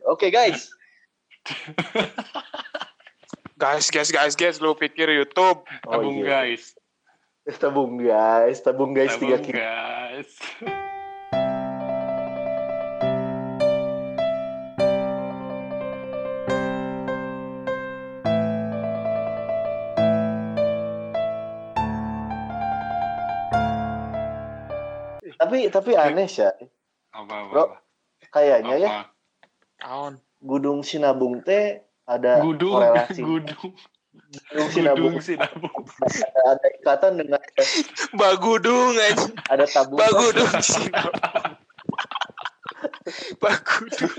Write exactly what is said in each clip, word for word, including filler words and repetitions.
Oke, guys. Guys, guys, guys, guys, lu pikir YouTube? Oh, tabung iya. guys. Tabung guys, tabung guys tiga kilo. Guys. tapi tapi aneh sih. Apa, apa, Bro, kayaknya apa? ya. Tahun. Gudung Sinabung teh ada gudung, korelasi. Gudung. Gudung Sinabung. Gudung Sinabung. Ada, ada ikatan dengan Bagudung aja. Ada tabung. Bagudung Sinabung. Bagudung.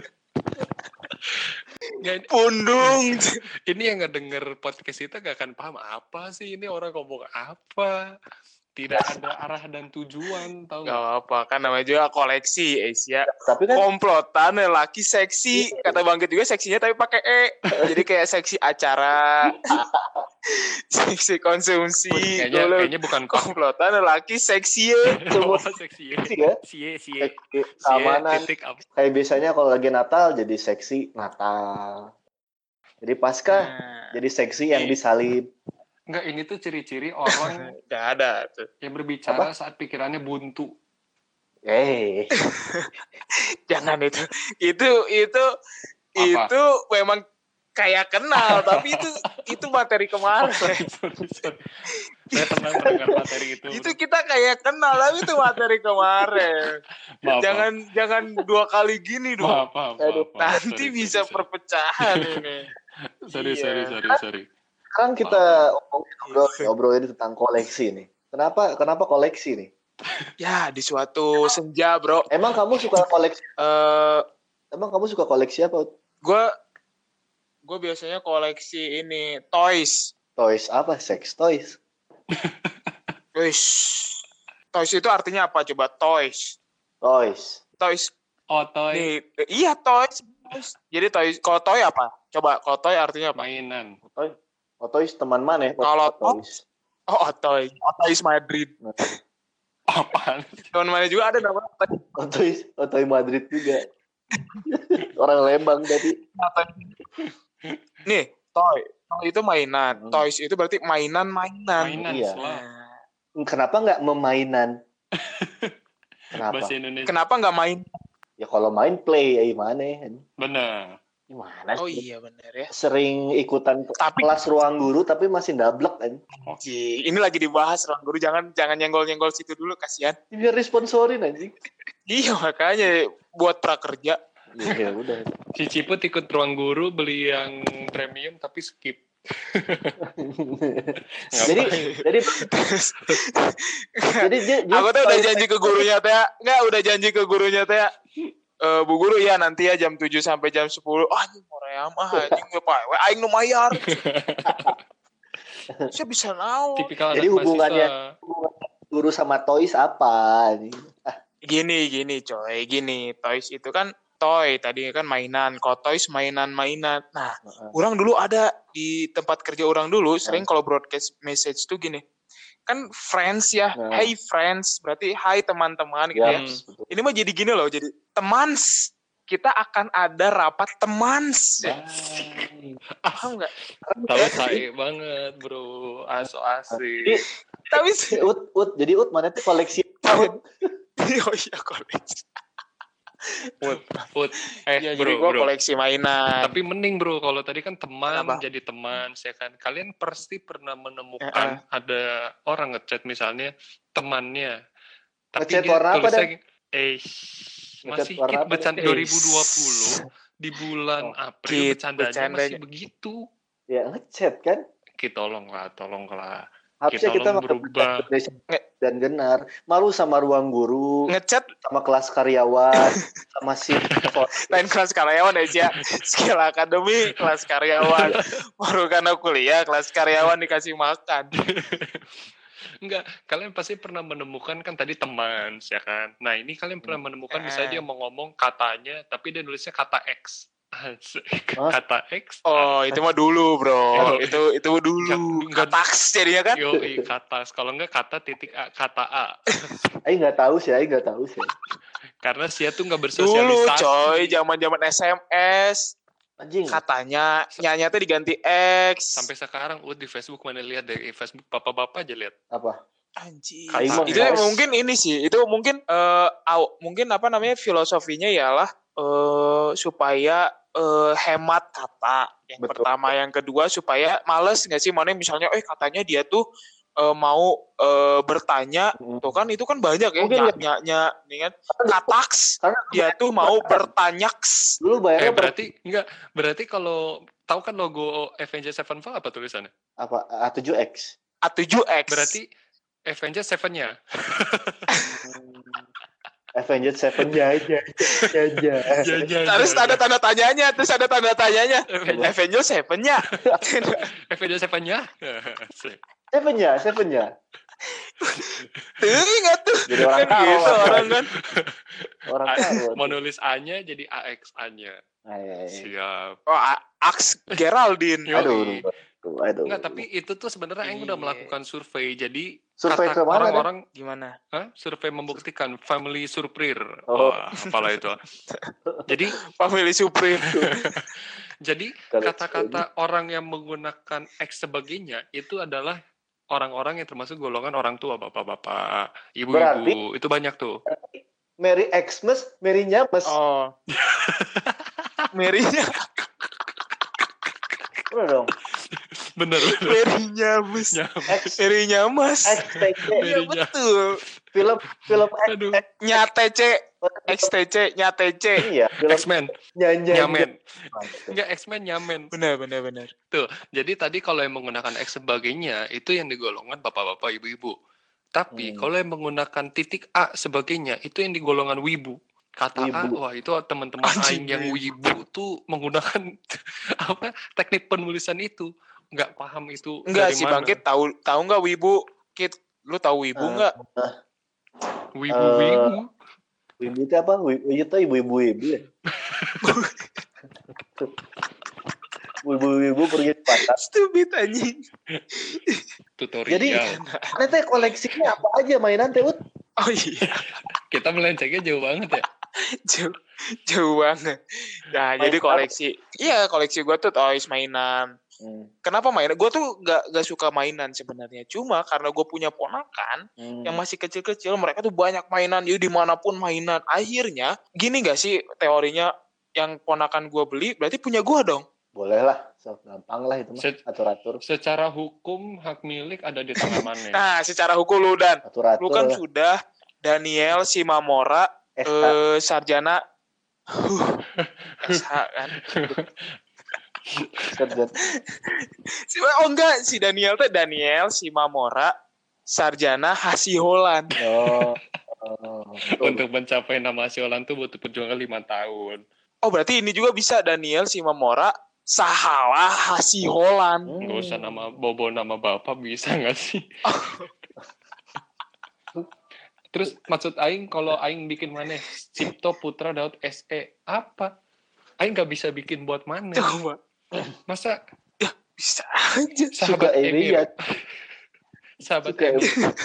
Pundung. Ini yang ngedenger podcast kita gak akan paham apa sih ini orang ngomong apa. Tidak ada arah dan tujuan, tahu nggak? Gak apa, kan namanya juga koleksi, Asia. Tapi kan komplotan laki seksi, kata Bangkit juga seksinya tapi pakai e. Jadi kayak seksi acara, seksi konsumsi. Kayaknya, kayaknya bukan komplotan laki seksi ya. Semua seksi ya. Sie, sie, keamanan. Kayak biasanya kalau lagi Natal jadi seksi Natal. Jadi Paskah nah, jadi seksi yang disalib. Enggak, ini tuh ciri-ciri orang nggak ada tuh yang berbicara apa? Saat pikirannya buntu. Eh, jangan itu, itu itu apa? Itu memang kayak kenal, tapi itu itu materi kemarin. sorry, sorry, sorry. Saya tenang mendengar materi itu. Itu kita kayak kenal, tapi itu materi kemarin. Maaf, jangan maaf. jangan dua kali gini dong. Maaf, maaf, maaf, maaf. Nanti sorry, bisa sorry, perpecahan sorry. ini. sorry, iya. sorry, sorry, sorry. Sekarang kita ngobrol, ngobrol ini tentang koleksi nih. Kenapa kenapa koleksi nih? Ya, di suatu senja, bro. Emang kamu suka koleksi? uh, Emang kamu suka koleksi apa? Gue gue biasanya koleksi ini toys. Toys apa? Sex toys? Wish. Toys itu artinya apa? Coba toys. Toys. Toys. Oh, toy. Nih, iya toys. Jadi toys. Kalau toy apa? Coba kalau toy artinya apa? Mainan. Toy. Oh, toys teman mana ya? Kalau toys. Oh, toys. Oh, toys Madrid. Nah. Apaan? Teman mana juga ada namanya toys. Oh, toys. Oh, toy Madrid juga. Orang Lembang tadi. Nih, toy. Toy itu mainan. Hmm. Toys itu berarti mainan-mainan. Mainan. Iya. Nah. Kenapa nggak memainan? Kenapa? Kenapa nggak main? Ya kalau main play, ya gimana? Benar. Gimana sih? Oh iya benar ya. Sering ikutan tapi, kelas ruang guru tapi masih ndablek kan? Oke, ini lagi dibahas ruang guru, jangan jangan nyenggol-nyenggol situ dulu, kasihan. Biar disponsorin anjing. Iya makanya buat prakerja. Ya udah. Si Ciput ikut ruang guru beli yang premium tapi skip. jadi jadi jadi aku tuh udah janji ke gurunya teh, enggak udah janji ke gurunya teh. Uh, Bu Guru ya nanti ya jam tujuh sampai jam sepuluh. Ah, ini mau ream ah anjing we pae we aing nu mayar. Saya bisa naon. Jadi hubungannya guru sama toys apa nih? Ah. Gini gini coy, gini. Toys itu kan toy, tadi kan mainan. Kalau toys mainan-mainan. Nah, uh-huh. Orang dulu ada di tempat kerja orang dulu sering uh-huh. Kalau broadcast message tuh gini. Kan friends ya, nah. Hey friends, berarti hai teman-teman gitu ya. Yes, betul. Ini mah jadi gini loh, jadi temans. Kita akan ada rapat temans. Paham nggak? Tapi saya banget bro, aso asik. Tapi ut ut jadi ut mana tuh koleksi? Oh iya koleksi. Ut, ut, eh ya, bro, jadi gua bro. koleksi mainan. Tapi mending bro, kalau tadi kan teman Kenapa? Jadi teman, saya kan. Kalian pasti pernah menemukan uh-uh. ada orang ngechat misalnya temannya. Tapi ngechat warna apa dah? Eh, masih hit bercanda dua ribu dua puluh di bulan oh, April bercandanya masih begitu. Ya ngechat kan? Kita tolonglah, tolonglah. Harusnya kita, kita berubah dan benar. Malu sama ruang guru, ngechat sama kelas karyawan, sama si lain kelas karyawan aja, skill akademi kelas karyawan, baru karena kuliah kelas karyawan dikasih makan. Enggak, kalian pasti pernah menemukan kan tadi teman, ya kan? Nah ini kalian pernah menemukan misalnya dia mau ngomong katanya, tapi dia nulisnya kata X. Kata X. Oh, itu mah dulu, bro. Yo, itu itu dulu. Kataks jadinya kan? Yo, kata. Kalau enggak kata titik A, kata A. Aing nggak tahu sih, Aing nggak tahu sih. Karena Sia tuh nggak Dulu, bersosialisasi. coy, zaman-zaman S M S. Anjing. Katanya nyanya tuh diganti X. Sampai sekarang lu di Facebook mana lihat dari Facebook bapak-bapak aja lihat. Apa? Anjir. Kata Itu X. mungkin ini sih. Itu mungkin uh, mungkin apa namanya filosofinya ialah uh, supaya uh, hemat kata. Yang Betul. pertama, yang kedua supaya males nggak sih, mana misalnya, eh katanya dia tuh uh, mau uh, bertanya, hmm. tuh kan itu kan banyak ya, nyak-nyaknya, nih kan, kataks, dia tuh mau bertanyaks. Dulu bayarnya eh, berarti enggak, berarti kalau tahu kan logo Avengers Sevenfold apa tulisannya? Apa? A tujuh X. A tujuh X. Berarti Avengers Seven-nya. Avengers Seven-nya aja. aja. Terus ada tanda tanyanya, terus ada tanda tanyanya. Avengers Seven-nya. Avengers Seven-nya. Seven-nya, Seven-nya. Tuh ingat tuh. Jadi orang kan gitu orang kan. Orang tahu. Mau nulis A-nya jadi A X A-nya. Ay, siap. Oh, Ax Geraldine. Aduh. Aduh. Enggak, tapi itu tuh sebenarnya Aing udah melakukan survei. Jadi survei kata kemana, orang-orang deh? Gimana? Hah? Survei membuktikan family suprir. Oh. Wah, apalah itu. Jadi family suprir. Jadi kata-kata orang yang menggunakan X sebagainya itu adalah orang-orang yang termasuk golongan orang tua, bapak-bapak, ibu-ibu. Berarti, itu banyak tuh. Merry Xmas, Merry-nya mes. Oh. Merry-nya. Bener dong. Bener. Merry-nya mes. Merry-nya mas. X T C. Iya betul. Film film Nyate C. X T C nyate C. Iya. X-Men. Nyamen. Enggak, X-Men nyamen. Benar benar benar. Tuh. Jadi tadi kalau yang menggunakan X sebagainya itu yang digolongan bapak-bapak, ibu-ibu. Tapi hmm. kalau yang menggunakan titik A sebagainya itu yang digolongan wibu. Kata wibu. A, wah itu teman-teman Aing yang wibu tuh menggunakan apa teknik penulisan itu. Nggak paham itu enggak dari si mana. Bangkit tahu tahu nggak wibu Kit, lu tahu wibu nggak? Uh, uh, wibu uh, wibu wibu itu apa? Wibu itu ibu-ibu wibu ya. Wibu-wibu pergi ke pasar. Stupid anjing. Tutorial. Jadi nanti koleksinya apa aja mainan teh Ut? Oh iya. Kita melencengnya jauh banget ya. jauh jauh banget. Nah Main jadi koleksi. Apa? Iya koleksi gue tuh toys mainan. Hmm. Kenapa mainan? Gue tuh gak, gak suka mainan sebenarnya. Cuma karena gue punya ponakan hmm. yang masih kecil-kecil, mereka tuh banyak mainan. Jadi dimanapun mainan. Akhirnya gini gak sih teorinya, yang ponakan gue beli berarti punya gue dong. Boleh lah, so, gampang lah itu mah. Se- atur-atur. Secara hukum hak milik ada di tangan mana? Nah, secara hukum lu dan atur-atur lu kan lah. Sudah Daniel Simamora eh, sarjana huh, S H kan. si oh enggak si Daniel tuh Daniel Simamora sarjana Hasiholan. Oh. oh. Untuk mencapai nama Hasiholan tuh butuh perjuangan lima tahun. Oh berarti ini juga bisa Daniel Simamora Sahala Hasiholan. Hmm. Gak usah nama bobo nama bapak bisa nggak sih? Terus maksud Aing kalau Aing bikin mana? Cipto Putra Daud S E apa? Aing nggak bisa bikin buat mana? Coba. Masa? Ya bisa aja. Sahabat Emir. Sahabat Emir.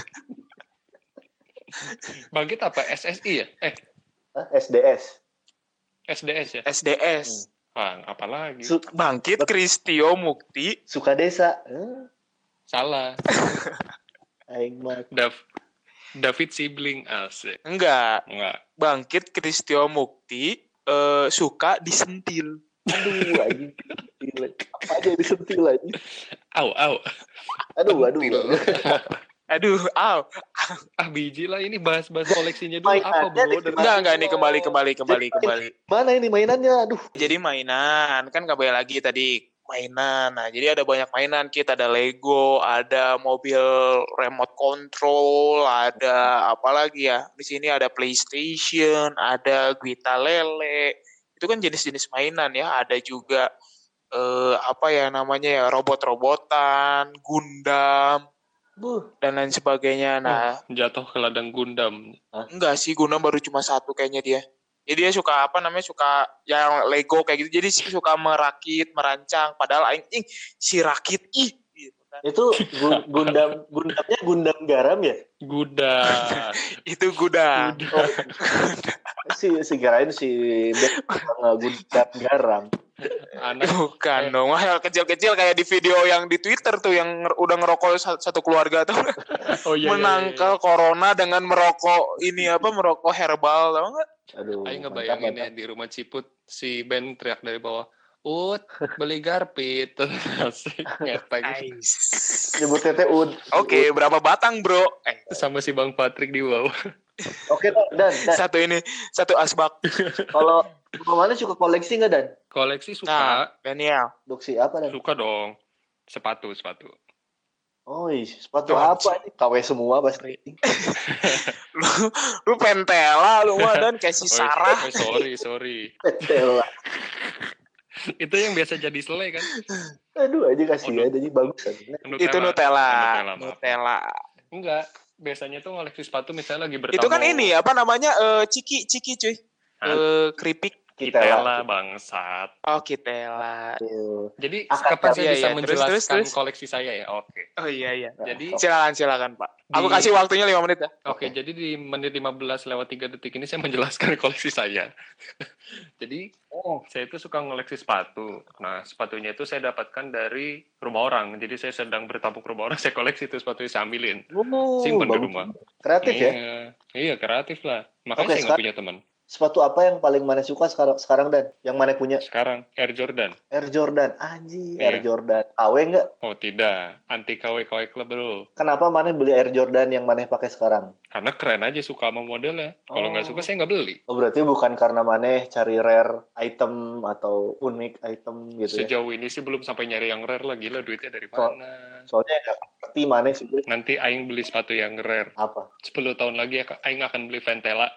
Bangkit apa? S S I ya? Eh. S D S. S D S ya? S D S. Hmm. Ah, apalagi? Su- Bangkit Kristio Mukti Sukadesa. Hmm. Salah. Aing mah. Dav David Sibling asik. Enggak. Enggak. Bangkit Kristio Mukti uh, suka disentil. Aduh anjing. Apa aja disentil aja. Au au. Aduh aduh. Aduh, aw. Ah biji lah ini bahas-bahas koleksinya dulu apa bro? Enggak, enggak ini kembali kembali kembali kembali. Mana ini mainannya? Aduh. Jadi mainan, kan kembali lagi tadi mainan. Nah, jadi ada banyak mainan. Kita ada Lego, ada mobil remote control, ada apa lagi ya? Di sini ada PlayStation, ada Guita Lele. Itu kan jenis-jenis mainan ya. Ada juga eh, apa ya namanya ya, robot-robotan, Gundam. Buh, dan lain sebagainya. Nah, jatuh ke ladang Gundam. Hah? Enggak sih, Gundam baru cuma satu kayaknya dia. Jadi dia suka apa namanya suka yang Lego kayak gitu. Jadi suka merakit, merancang. Padahal aing ih, si rakit ih gitu kan. Itu Gundam Gundamnya Gundam garam ya? Gudang. Itu gudang. Oh, si si kirain si Gundam garam. Anak bukan eh. dong, hal kecil-kecil kayak di video yang di Twitter tuh yang nger- udah ngerokok satu keluarga tuh. Oh, iya, menangkal iya, iya. corona dengan merokok ini apa merokok herbal tau nggak? Aduh, ayo ngebayangin ya di rumah Ciput si Ben teriak dari bawah, Ut beli garpit asik ngepeng. Nyebut tete Ud. Oke, berapa batang bro? Eh. Sama si Bang Patrick di bawah. Oke dan, dan satu ini satu asbak. Kalau Mana suka koleksi nggak Dan? Koleksi suka. Nah, Daniel. Koleksi apa Dan? Suka dong. Sepatu, sepatu. Oh, sepatu oh, apa ini? K W semua pasti. lu, lu pentela lu mah Dan kayak si Sarah. Oh, sorry, sorry. Pentela. Itu yang biasa jadi selai kan? Aduh, aja kasih oh, aja jadi bagus kan. Nutella. Itu Nutella. Nutella. Nutella. Enggak, biasanya tuh ngoleksi sepatu misalnya lagi bertamu. Itu kan ini apa namanya? Uh, ciki, ciki cuy. Uh, keripik. Kitela bangsat. Oh, Kitela. Jadi Akad, kapan saya iya, bisa iya. menjelaskan terus, terus, terus. koleksi saya ya? Oke. Okay. Oh iya iya. Jadi silakan silakan Pak. Di, Aku kasih waktunya lima menit ya. Oke, okay, jadi di menit lima belas lewat tiga detik ini saya menjelaskan koleksi saya. Jadi, oh, saya itu suka ngoleksi sepatu. Nah, sepatunya itu saya dapatkan dari rumah orang. Jadi saya sedang bertamu ke rumah orang, saya koleksi itu sepatunya saya ambilin. Oh, simpen di rumah. Kreatif iya, ya? Iya, kreatif lah. Makanya okay, saya nggak punya teman. Sepatu apa yang paling mana suka sekarang sekarang Dan? Yang mana punya? Sekarang Air Jordan. Air Jordan, anjing yeah. Air Jordan. K W nggak? Oh tidak, anti K W K W club bro. Kenapa mana beli Air Jordan yang mana pakai sekarang? Karena keren aja, suka sama modelnya. Kalau nggak oh. suka saya nggak beli. Oh berarti bukan karena mana cari rare item atau unik item gitu. Sejauh ya? ini sih belum sampai nyari yang rare lah, gila duitnya dari mana? So, soalnya nggak ngerti mana sih. Nanti aing beli sepatu yang rare. Apa? sepuluh tahun lagi aing akan beli Ventela.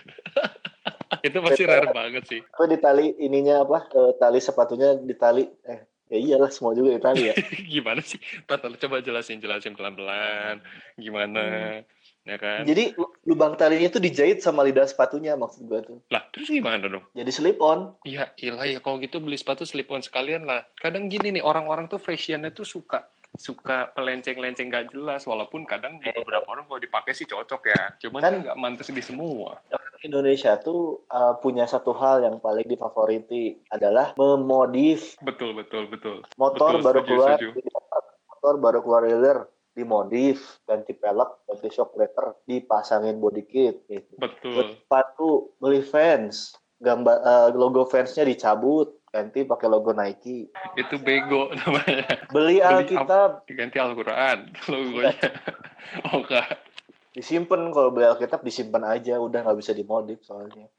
Itu pasti rare banget sih. Apa ditali ininya apa? E, tali sepatunya ditali. Eh, ya iyalah semua juga ditali ya. Gimana sih? Pak, coba jelasin, jelasin pelan-pelan. Gimana? Hmm. Ya kan? Jadi lubang talinya itu dijahit sama lidah sepatunya maksud gua tuh. Lah, terus gimana dong? Jadi slip on. Iya, ilah ya kalau gitu beli sepatu slip on sekalian lah. Kadang gini nih, orang-orang tuh fashionnya tuh suka suka pelenceng-lenceng gak jelas, walaupun kadang di beberapa orang kalau dipakai sih cocok ya, cuman kan nggak mantas di semua. Indonesia tuh uh, punya satu hal yang paling difavoriti adalah memodif. Betul betul betul. Motor betul, baru setuju, keluar, setuju. motor baru keluar dealer, dimodif, ganti pelek, ganti shock breaker, dipasangin body kit. Gitu. Betul. Sepatu beli fans, gambar uh, logo fansnya dicabut. Ganti pakai logo Nike. Itu bego namanya. Beli Alkitab. Diganti Al-Quran logonya. Oh enggak. Disimpan, kalau beli Alkitab disimpan aja, udah nggak bisa dimodif soalnya.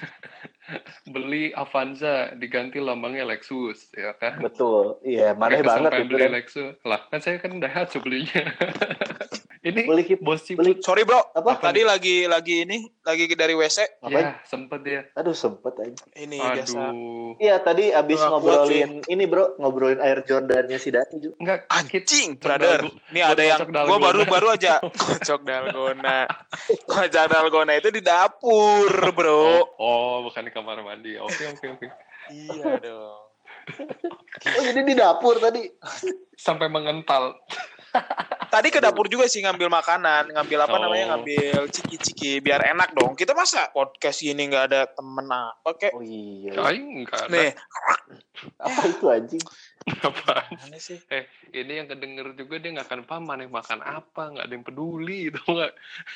Beli Avanza diganti lambangnya Lexus, ya kan? Betul. Iya, maneh banget itu. Beli kan? Lexus. Lah, kan saya kan Daihatsu belinya. Ini beli bos beli. Sorry bro, apa? Tadi apa? lagi lagi ini lagi dari W C. Ya, sempet ya. Aduh, sempet aja. Ini Aduh. biasa. Iya, tadi abis Aduh, ngobrolin ini bro, ngobrolin Air Jordan-nya si Dani juga. Enggak, anjing, brother. Ini ada yang gua baru-baru aja kocok dalgona. Kocok dalgona itu di dapur, bro. Oh, oh, bukan di kamar mandi. Oke, oke, oke. Iya dong. Oh, jadi di dapur tadi. Sampai mengental. Tadi ke dapur juga sih ngambil makanan, ngambil apa oh. namanya, ngambil ciki-ciki biar enak dong. Kita masa podcast ini nggak ada temen apa kek? Oh iya. Aing nggak ada. Nih. Apa itu anjing? Apa sih? Eh, ini yang kedenger juga dia nggak akan paham mana yang makan apa, nggak ada yang peduli itu nggak.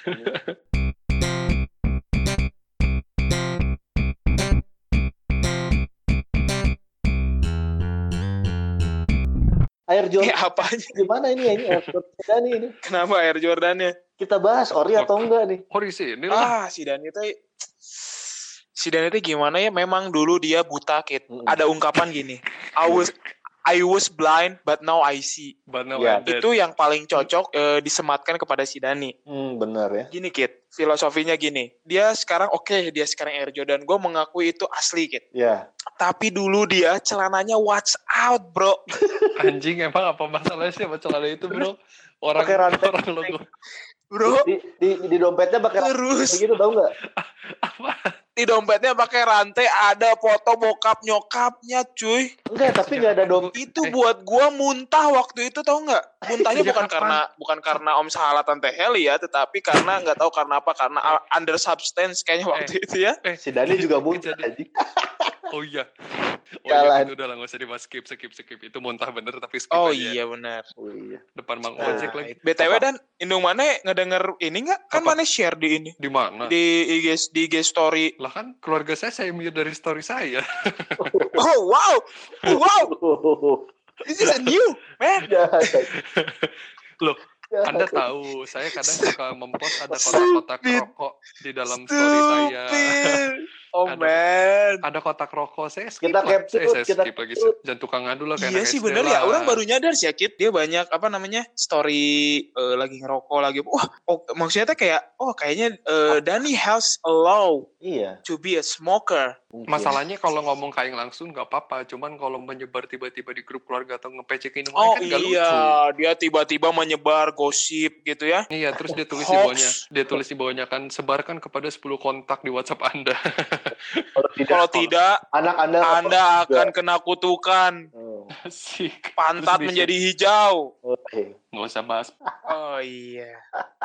Air Jordan. Eh, apanya? Gimana ini ya? Ini Air Jordan ini. Kenapa Air Jordannya? Kita bahas ori atau enggak nih? Ori sih. Ini ah, si Dani itu si Dani itu gimana ya? Memang dulu dia buta, Kit. Hmm. Ada ungkapan gini. I was I was blind but now I see. But now ya, itu yang paling cocok eh, disematkan kepada si Dani. Hmm, benar ya. Gini, Kit. Filosofinya gini. Dia sekarang oke, okay, dia sekarang Air Jordan. Gue mengakui itu asli, Kit. Iya. Tapi dulu dia celananya watch out, bro. Anjing, emang apa masalahnya sih sama celana itu, bro? Orang pakai rantai orang logo. Bro, di, di, di dompetnya pakai terus rantai gitu, tau nggak? Apa? di dompetnya pakai rantai ada foto bokap nyokapnya, cuy. Enggak, tapi enggak ada dompet. Itu buat gua muntah waktu itu, tau nggak? Muntahnya bukan karena bukan karena Om Sahala Tante Heli ya, tetapi karena nggak tahu karena apa, karena under substance kayaknya waktu eh, itu ya. Eh, si Dani juga muntah aja. Oh iya. Oh iya, itu udah lah, nggak usah dibahas, skip, skip, skip. Itu muntah bener tapi skip oh, aja. Oh iya benar. Oh iya. Depan Mang Nah, Ojek lagi. B T W dan Indung Mane ngedenger ini nggak? Kan Apa? Mane share di ini. Di mana? Di I G di I G story. Lah kan keluarga saya saya mute dari story saya. Oh wow, wow. This is a new man. Loh, Anda tahu, saya kadang suka mempost ada kotak-kotak rokok di dalam story saya. Oh ada, man. Ada kotak rokok, saya skip kita lah. capture, Eh, saya kita skip lagi. capture. Jangan tukang ngadu lah. Iya sih bener ya, orang baru nyadar sih ya Kit. Dia banyak apa namanya story uh, lagi ngerokok lagi. Wah, oh, maksudnya tuh kayak, oh kayaknya uh, Dani has allow iya. to be a smoker. Mungkin. Masalahnya kalau ngomong kain langsung nggak apa-apa, cuman kalau menyebar tiba-tiba di grup keluarga atau ngepecekin Oh kan nggak iya, lucu. dia tiba-tiba menyebar gosip gitu ya. Iya, terus dia tulis di Hoax. bawahnya, dia tulis di bawahnya kan sebarkan kepada sepuluh kontak di WhatsApp Anda. Kalau tidak, Kalau tidak, anak Anda Anda akan kena kutukan. Oh. Asik. Pantat Terus menjadi hijau. Oke. Nggak usah bahas. Oh iya.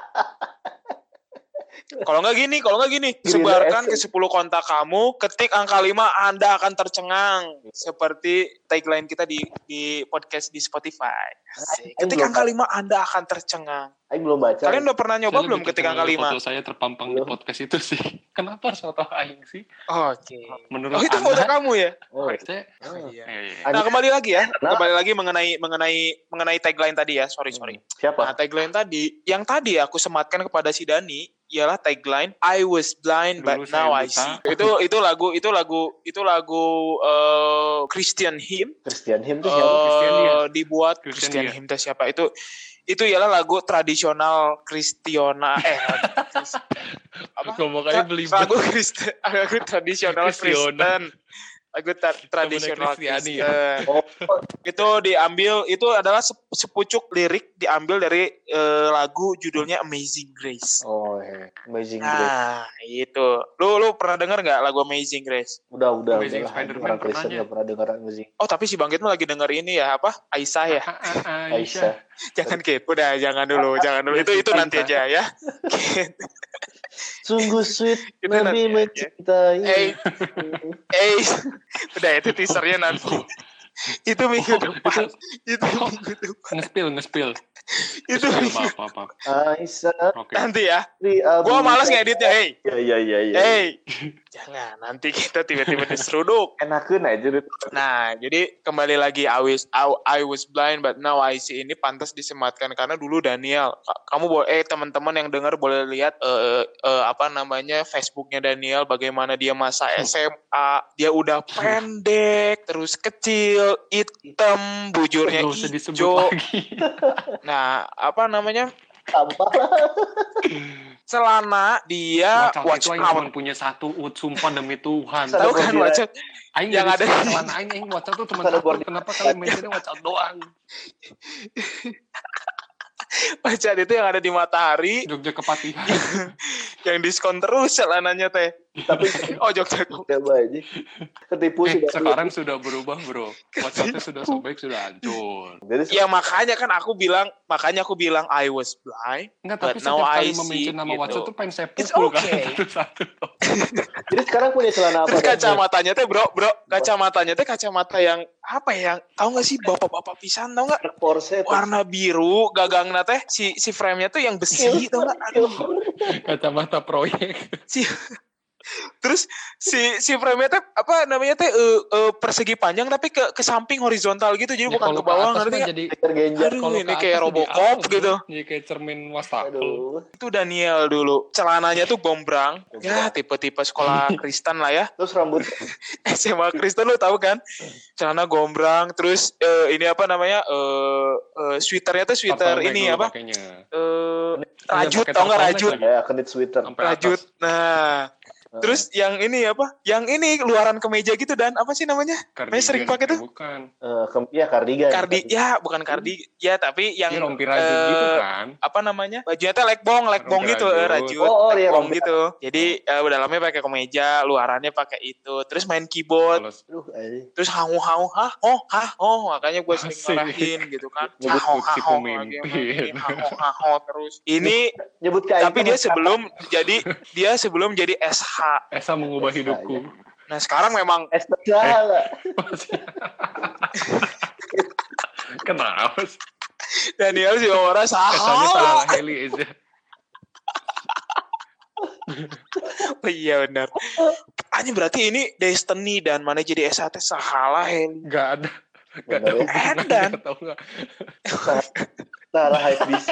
Kalau nggak gini, kalau nggak gini, Gini, sebarkan S. ke sepuluh kontak kamu, ketik angka lima, Anda akan tercengang. Seperti tagline kita di di podcast di Spotify. Asik. Ketik angka lima, Anda akan tercengang. Aing belum baca. Kalian udah pernah nyoba Saya belum lebih ketik angka terkenal lima? Foto saya terpampang di podcast itu sih. Kenapa harus foto Aing sih? Oke. Menurut Oh itu Anda, kamu kamu ya? Oh, saya, Oh, iya. iya, iya. Nah kembali lagi ya, Karena- kembali lagi mengenai mengenai mengenai tagline tadi ya. Sorry sorry. Siapa? Nah tagline tadi, yang tadi aku sematkan kepada si Dani ialah tagline I was blind but Dulu now saya I buta. see. Itu itu lagu itu lagu itu lagu uh, Christian hymn. Christian Him tuh Uh, siapa? Christian dia. dibuat Christian Christian dia. hymn itu siapa? Itu itu ialah lagu tradisional Kristiona eh apa? Ngomong kayak Tra- belibet. lagu Kristen lagu tradisional Kristiona. Kristen. Lagu ta- tradisional Kristiani Kristen. Oh, Itu diambil, itu adalah sep- sepucuk lirik diambil dari eh, lagu judulnya Amazing Grace. oh iya. Amazing Grace. Nah, itu. Lu lu pernah denger nggak lagu Amazing Grace? Udah, udah, Amazing udah lah. Spider-Man Orang Kristen pernahnya. nggak pernah dengar Amazing. Oh, tapi si Bangkit mah lagi denger ini ya, apa? Aisyah ya. Aisyah. Jangan Kit, udah jangan dulu, jangan dulu. Itu itu nanti aja ya. Sungguh sweet Itu Nabi nanti aja. mencintai. Eh, eh, udah itu teasernya nanti. Itu minggu depan. Itu minggu depan. Nge-spill, nge-spill. Itu Nge-spill, minggu maaf, maaf, maaf. Aisyah. Oke. nanti ya. Di Abu Gua malas Dhabi. ngeditnya, hey. Iya, iya, iya, iya. Hey, jangan nanti kita tiba-tiba diseruduk. Enakeun aja deh. Nah, jadi kembali lagi I was I, I was blind but now I see ini pantas disematkan karena dulu Daniel, kamu boleh eh teman-teman yang dengar boleh lihat eh, eh, apa namanya Facebooknya Daniel bagaimana dia masa S M A, dia udah pendek, terus kecil, hitam, bujurnya Nggak usah disebut hijau. lagi. Nah, apa namanya? Sampah lah. Celana dia Wacot watch itu Aing out. cuma punya satu, ut, sumpah demi Tuhan. Tahu kan Bordiran. wacot? Aing yang dari ada- semua celana Aing, Aing wacot tuh cuma Ada satu. bordiran. Kenapa kalian mentionnya wacot doang? Wacot itu yang ada di Matahari, Jogja Kepatihan. yang diskon terus celananya teh. Tapi Oh Jogja. coba aja. Ketipu Eh, sudah. sekarang sudah berubah, bro. Wacotnya sudah sebaik, sudah hancur. Jadi Ya makanya kan aku bilang, makanya aku bilang I was blind. Enggak, But tapi now setiap I kali see, memention nama gitu. Wacot tuh pengen saya It's pukul kan okay. satu-satu. jadi sekarang punya celana apa? Terus Dan? kacamatanya teh bro, bro, kacamatanya teh kacamata yang apa ya? Yang tahu nggak sih bapak-bapak pisan tahu nggak? Dark Porsche tuh. Warna biru, gagangna teh si si frame-nya tuh yang besi tahu nggak? Aduh, Kacamata proyek. si terus si si frame-nya teh apa namanya teh eh, eh, persegi panjang tapi ke ke samping horizontal gitu jadi Ya, bukan kalau ke bawah atas ngerti mah nggak? jadi Tergenjak. Aduh, kalau ini ke kayak atas jadi Robocop apa, gitu. bro? Jadi kayak cermin wastafel. Aduh. Itu Daniel dulu. Celananya tuh gombrang. Ya, tipe-tipe sekolah Kristen lah ya. Terus rambut S M A Kristen lu tahu kan? Celana gombrang, terus eh, ini apa namanya? Eh eh, sweaternya tuh sweater Turtleneck ini dulu apa? pakainya. Eh Iya, rajut pakai tau nggak turtleneck rajut? lagi. ya knit sweater. Sampai Rajut. atas. Nah, Terus yang ini apa? Yang ini luaran kemeja gitu dan apa sih namanya? Saya sering pakai tuh. Bukan. Uh, ke- ya kardigan. Kardi, ya bukan kardi, ya tapi yang ya, rompi rajut uh, gitu kan? Apa namanya? Bajunya tuh lekbong, lekbong gitu, rajut, rajut oh, oh, lekbong ya, gitu. Jadi oh. uh, dalamnya pakai kemeja, luarannya pakai itu. Terus main keyboard. Aduh, terus hangu-hangu, hah, oh, hah, oh, makanya gue sering marahin gitu kan. Haho, haho, haho, terus. Ini nyebut tapi dia sebelum jadi dia sebelum jadi S H. S H mengubah hidupku. Nah sekarang memang S H lah. Kenapa sih? Daniel sih orang salah. Salah Heli aja. Oh iya benar. Hanya berarti ini Destiny dan mana jadi S H T salah Heli. Gak ada. Gak ada hubungannya. Salah hype bis.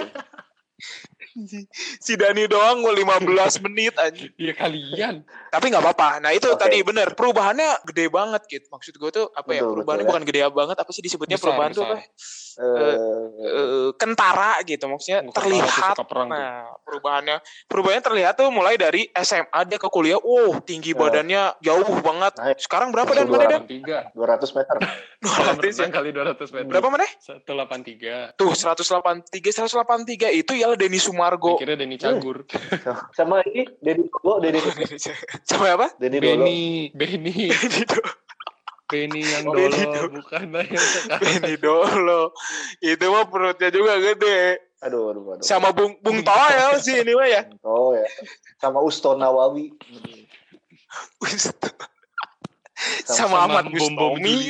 Si Dani doang mau lima belas menit aja. Iya kalian. Tapi nggak apa-apa. Nah itu okay. Tadi bener. Perubahannya gede banget gitu. Maksud gue tuh apa betul, ya? Perubahannya betul, bukan ya? Gede banget. Apa sih disebutnya besar, perubahan besar. Tuh apa? Uh, uh, kentara gitu. Maksudnya kentara terlihat. Nah perubahannya. Perubahannya terlihat tuh mulai dari S M A dia ke kuliah. Wow tinggi yeah. Badannya jauh banget. Nah, sekarang berapa dan mana dan? dua ratus meter. dua ratus ya? Kali dua ratus meter. Berapa mana? seratus delapan puluh tiga. Tuh seratus delapan puluh tiga. seratus delapan puluh tiga itu ialah Denny Sumargo. Kira Denny Cagur. Sama ini Denny Dolo, Denny sama apa? Denny Dolo. Benny, Benny. Benny yang oh, Dolo, bukan yang sekarang. Benny Dolo. Itu mah perutnya juga gede. Aduh, aduh, aduh. Sama Bung Bung Toel sih ini mah ya. Oh ya. Sama Usto Nawawi. Usto. Sama, sama Ahmad Bustomi.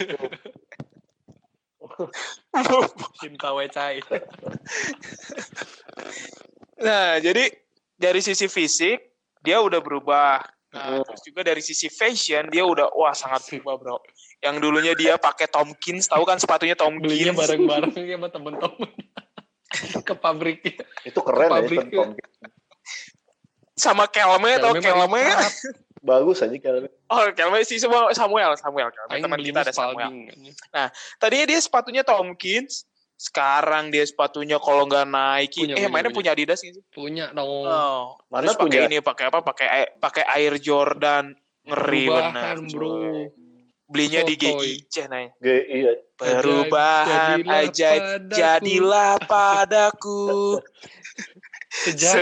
Cinta wecai. Nah, jadi dari sisi fisik dia udah berubah. Nah, terus juga dari sisi fashion dia udah wah sangat berubah, Bro. Yang dulunya dia pakai Tomkins, tahu kan sepatunya Tomkins. Belinya bareng-bareng sama temen-temen. Ke pabriknya. Itu keren ya, Tomkins. Sama Kelme, tau Kelme? Bagus aja Kelme. Oh, Kelme sih semua Samuel, Samuel. Kelme teman kita ada Samuel. Nah, tadinya dia sepatunya Tomkins. Sekarang dia sepatunya kalau nggak Nike, punya, eh punya, mainnya punya, punya Adidas nggak sih? Punya dong. Oh, mana terus pakai ini, pakai apa? Pakai pakai Air Jordan, ngeri benar. Bro. Belinya Sotoy. Di G I C nah. G I Perubahan jadilah ajaib padaku. Jadilah padaku. Sejak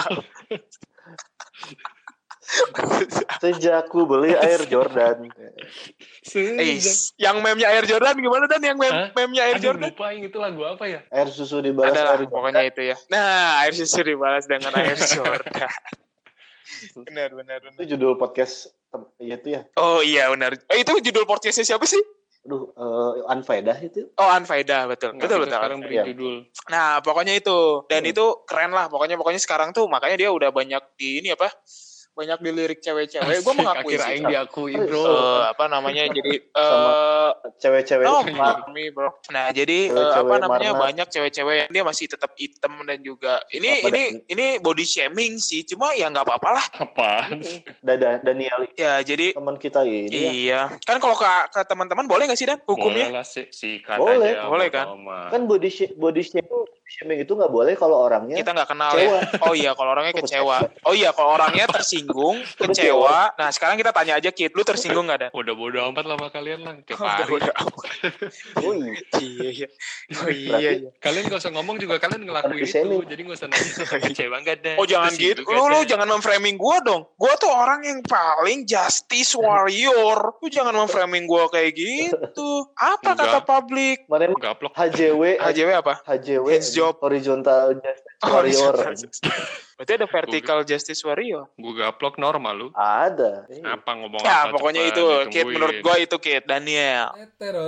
Sejak ku beli Air Jordan. Eh, yang meme-nya Air Jordan gimana dan yang meme- meme-nya Air Aduh, Jordan? Lupa yang itu lagu apa ya? Air susu dibalas Adalah, air pokoknya itu ya. Nah, air susu dibalas dengan Air Jordan. benar, benar, benar. Itu judul podcast itu ya? Oh iya benar. Eh, itu judul podcastnya siapa sih? Aduh, uh, Anfaedah itu. Oh, Anfaedah, betul. Nggak, betul, betul. Sekarang beri judul. Nah, pokoknya itu. Dan hmm. itu keren lah. Pokoknya pokoknya sekarang tuh makanya dia udah banyak di ini apa? Banyak dilirik cewek-cewek. Gue mengakui sih. Akhir-akhir diakui, bro. Uh, apa namanya? Jadi uh, cewek-cewek. No, me, bro. Nah, jadi uh, apa namanya? Marna. Banyak cewek-cewek yang dia masih tetap hitam dan juga ini apa ini dan? Ini body shaming sih. Cuma ya nggak apa-apa lah. Apa? Dada Daniel. Ya, jadi teman kita ini. Iya. Ya. Kan kalau ke, ke teman-teman boleh nggak sih Dan hukumnya? Boleh lah sih. Sikat boleh, aja, boleh kan? Kan body sh- body shaming shaming itu nggak boleh kalau orangnya kita nggak kenal kecewa. Ya. Oh iya, kalau orangnya kecewa. Oh iya, kalau orangnya tersinggung, kecewa. Nah sekarang kita tanya aja Kit, lu tersinggung nggak Dan? Udah bodo amat lah sama kalian lah tiap hari. Udah oh iya, iya, iya. Oh iya, iya. Kalian nggak usah ngomong juga kalian ngelakuin itu, jadi nggak usah nanya kecewa nggak Dan. Oh jangan gitu, lu lu jangan memframing gue dong. Gue tuh orang yang paling justice warrior. Lu jangan memframing gue kayak gitu. Apa kata publik? Mana gaplok? H J W. H J W apa? H J W. Job horizontal justice warrior. Berarti ada vertical gua, justice warrior. Gue gaplok normal lu. Ada. Apa ngomong ya, apa? Ya pokoknya itu, Kit menurut gue itu Kit Daniel.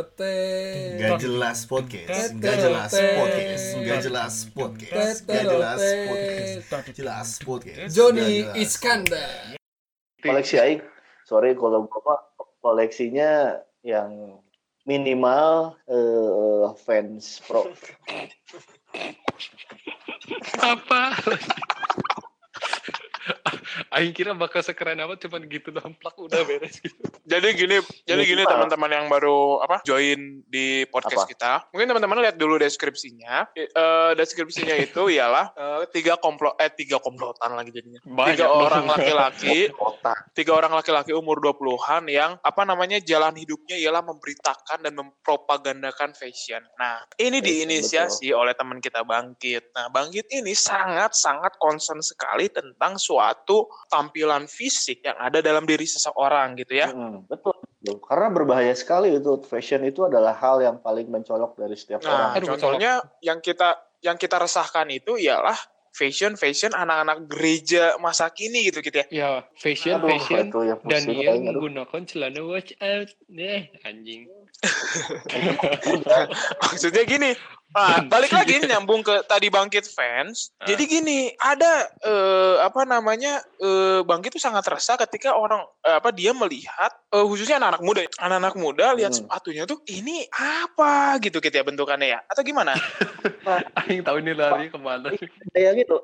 Gak jelas podcast, gak jelas podcast, gak jelas podcast, gak jelas podcast, jelas podcast. Johnny Iskandar. Koleksi aing, sorry kalau gue mah koleksinya yang minimal uh, fans pro. Apa? Aing kira bakal sekeren apa, cuman gitu doang plak udah beres gitu. Jadi gini, jadi gini teman-teman yang baru apa join di podcast apa? Kita, mungkin teman-teman lihat dulu deskripsinya. E, deskripsinya itu ialah e, tiga komplot, eh tiga komplotan lagi jadinya. Banyak tiga dong. Orang laki-laki, tiga orang laki-laki umur dua puluhan yang apa namanya jalan hidupnya ialah memberitakan dan mempropagandakan fashion. Nah, ini diinisiasi oleh teman kita Bangkit. Nah, Bangkit ini sangat-sangat concern sekali tentang suatu tampilan fisik yang ada dalam diri seseorang gitu ya. Hmm, betul. Karena berbahaya sekali itu. Fashion itu adalah hal yang paling mencolok dari setiap nah, orang. Nah, contohnya yang kita yang kita resahkan itu ialah fashion fashion anak-anak gereja masa kini gitu gitu ya. Ya, fashion aduh, fashion dan dia menggunakan celana watch out. Eh, anjing. Maksudnya gini, nah, balik lagi nyambung ke tadi Bangkit fans. Ah. Jadi gini, ada eh, apa namanya eh, Bangkit itu sangat resah ketika orang eh, apa dia melihat eh, khususnya anak-anak muda, anak-anak muda lihat hmm. sepatunya tuh ini apa gitu gitu ya bentukannya ya atau gimana? Aing tahu ini lari kemana? Kayak gitu.